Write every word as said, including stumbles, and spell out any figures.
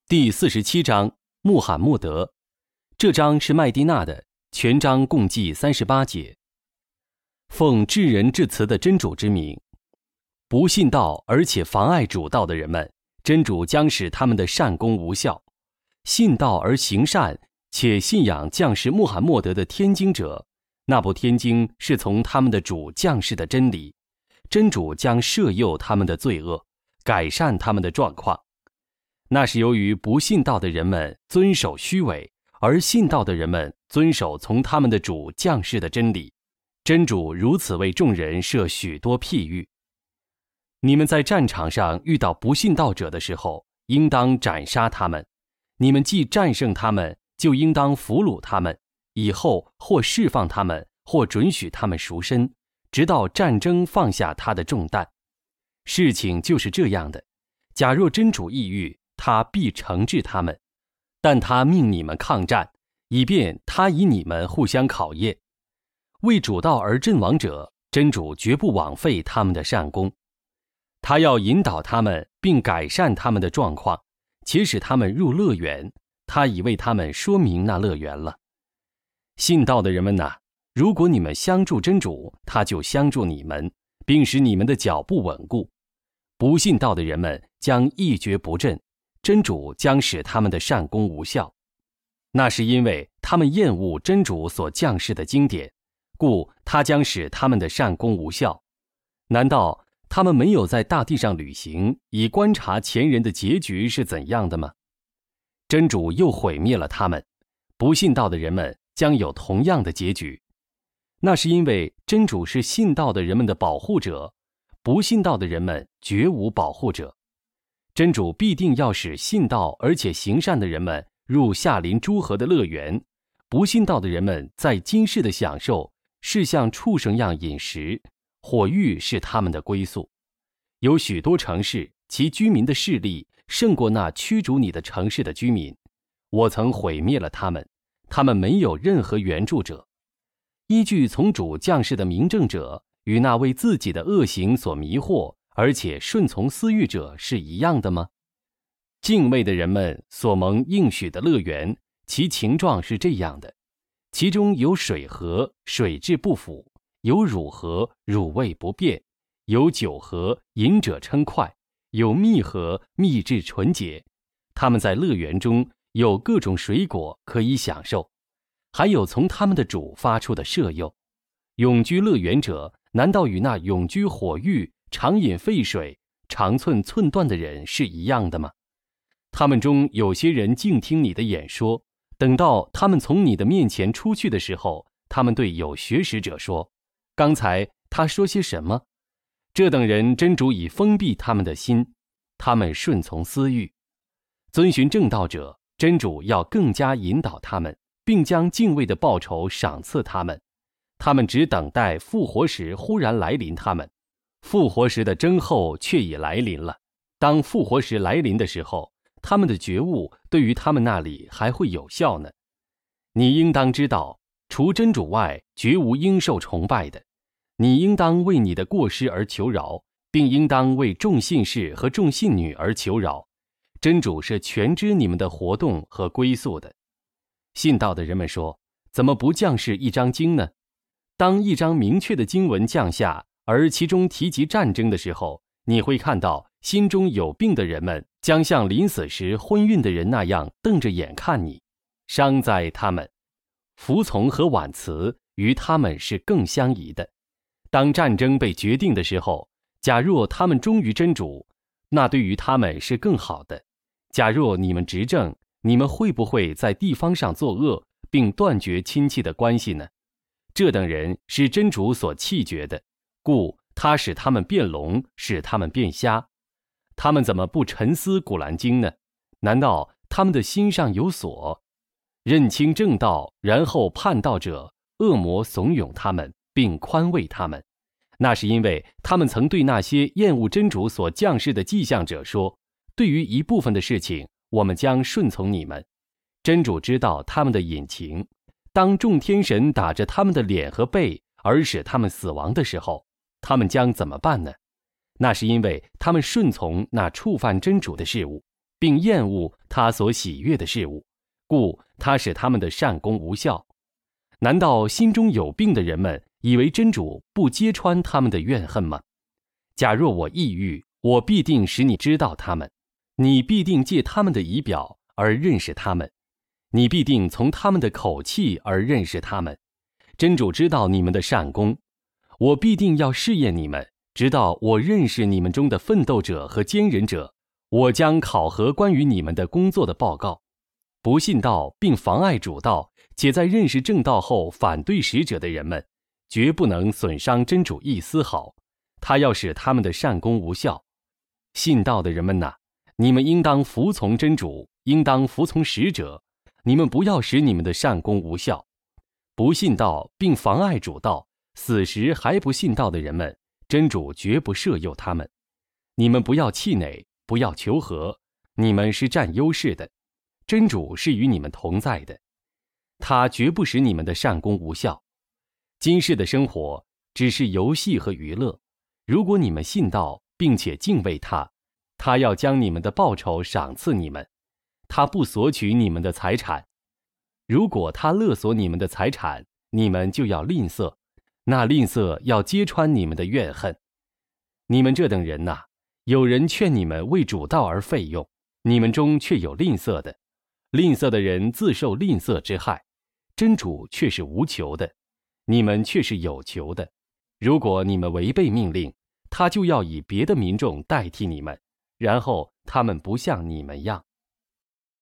第四十七章穆罕默德。这章是麦地那的，全章共计三十八节。奉至仁至慈的真主之名，不信道而且妨碍主道的人们，真主将使他们的善功无效；信道而行善且信仰降世穆罕默德的天经者，那部天经是从他们的主降世的真理，真主将赦宥他们的罪恶，改善他们的状况。那是由于不信道的人们遵守虚伪，而信道的人们遵守从他们的主降世的真理。真主如此为众人设许多譬喻。你们在战场上遇到不信道者的时候，应当斩杀他们。你们既战胜他们，就应当俘虏他们，以后或释放他们，或准许他们赎身，直到战争放下他的重担。事情就是这样的。假若真主意欲，他必惩治他们，但他命你们抗战，以便他以你们互相考验。为主道而阵亡者，真主绝不枉费他们的善功。他要引导他们，并改善他们的状况，且使他们入乐园。他已为他们说明那乐园了。信道的人们哪，如果你们相助真主，他就相助你们，并使你们的脚步稳固。不信道的人们将一蹶不振，真主将使他们的善功无效。那是因为他们厌恶真主所降世的经典，故他将使他们的善功无效。难道他们没有在大地上旅行，以观察前人的结局是怎样的吗？真主又毁灭了他们，不信道的人们将有同样的结局。那是因为真主是信道的人们的保护者，不信道的人们绝无保护者。真主必定要使信道而且行善的人们入夏临诸河的乐园，不信道的人们在今世的享受是像畜生样饮食，火狱是他们的归宿。有许多城市，其居民的势力胜过那驱逐你的城市的居民，我曾毁灭了他们，他们没有任何援助者。依据从主降世的明证者，与那为自己的恶行所迷惑而且顺从私欲者是一样的吗？敬畏的人们所蒙应许的乐园，其情状是这样的：其中有水河，水质不腐；有乳河，乳味不变；有酒河，饮者称快；有蜜河，蜜质纯洁。他们在乐园中有各种水果可以享受，还有从他们的主发出的赦宥。永居乐园者，难道与那永居火狱、常饮沸水、常寸寸断的人是一样的吗？他们中有些人静听你的演说，等到他们从你的面前出去的时候，他们对有学识者说：刚才他说些什么？这等人真主已封闭他们的心，他们顺从私欲。遵循正道者，真主要更加引导他们，并将敬畏的报酬赏赐他们。他们只等待复活时忽然来临他们，复活时的征候却已来临了。当复活时来临的时候，他们的觉悟对于他们那里还会有效呢。你应当知道，除真主外，绝无应受崇拜的。你应当为你的过失而求饶，并应当为众信士和众信女而求饶。真主是全知你们的活动和归宿的。信道的人们说：怎么不降世一章经呢？当一张明确的经文降下，而其中提及战争的时候，你会看到心中有病的人们将像临死时昏晕的人那样瞪着眼看你。伤哉他们！服从和婉辞与他们是更相宜的。当战争被决定的时候，假若他们忠于真主，那对于他们是更好的。假若你们执政，你们会不会在地方上作恶，并断绝亲戚的关系呢？这等人是真主所弃绝的，故他使他们变聋，使他们变瞎。他们怎么不沉思古兰经呢？难道他们的心上有锁？认清正道然后叛道者，恶魔怂恿他们，并宽慰他们。那是因为他们曾对那些厌恶真主所降世的迹象者说：对于一部分的事情，我们将顺从你们。真主知道他们的隐情。当众天神打着他们的脸和背而使他们死亡的时候，他们将怎么办呢？那是因为他们顺从那触犯真主的事物， 并厌恶他所喜悦的事物，故他使他们的善功无效。难道心中有病的人们以为真主不揭穿他们的怨恨吗？假若我抑郁，我必定使你知道他们，你必定借他们的仪表而认识他们，你必定从他们的口气而认识他们。真主知道你们的善功，我必定要试验你们，直到我认识你们中的奋斗者和坚忍者，我将考核关于你们的工作的报告。不信道并妨碍主道，且在认识正道后反对使者的人们，绝不能损伤真主一丝毫，他要使他们的善功无效。信道的人们哪，你们应当服从真主，应当服从使者，你们不要使你们的善功无效。不信道并妨碍主道，死时还不信道的人们，真主绝不赦宥他们。你们不要气馁，不要求和，你们是占优势的，真主是与你们同在的，他绝不使你们的善功无效。今世的生活只是游戏和娱乐，如果你们信道并且敬畏他，他要将你们的报酬赏赐你们，他不索取你们的财产。如果他勒索你们的财产，你们就要吝啬，那吝啬要揭穿你们的怨恨。你们这等人哪，有人劝你们为主道而费用，你们中却有吝啬的，吝啬的人自受吝啬之害，真主却是无求的，你们却是有求的。如果你们违背命令，他就要以别的民众代替你们，然后他们不像你们样。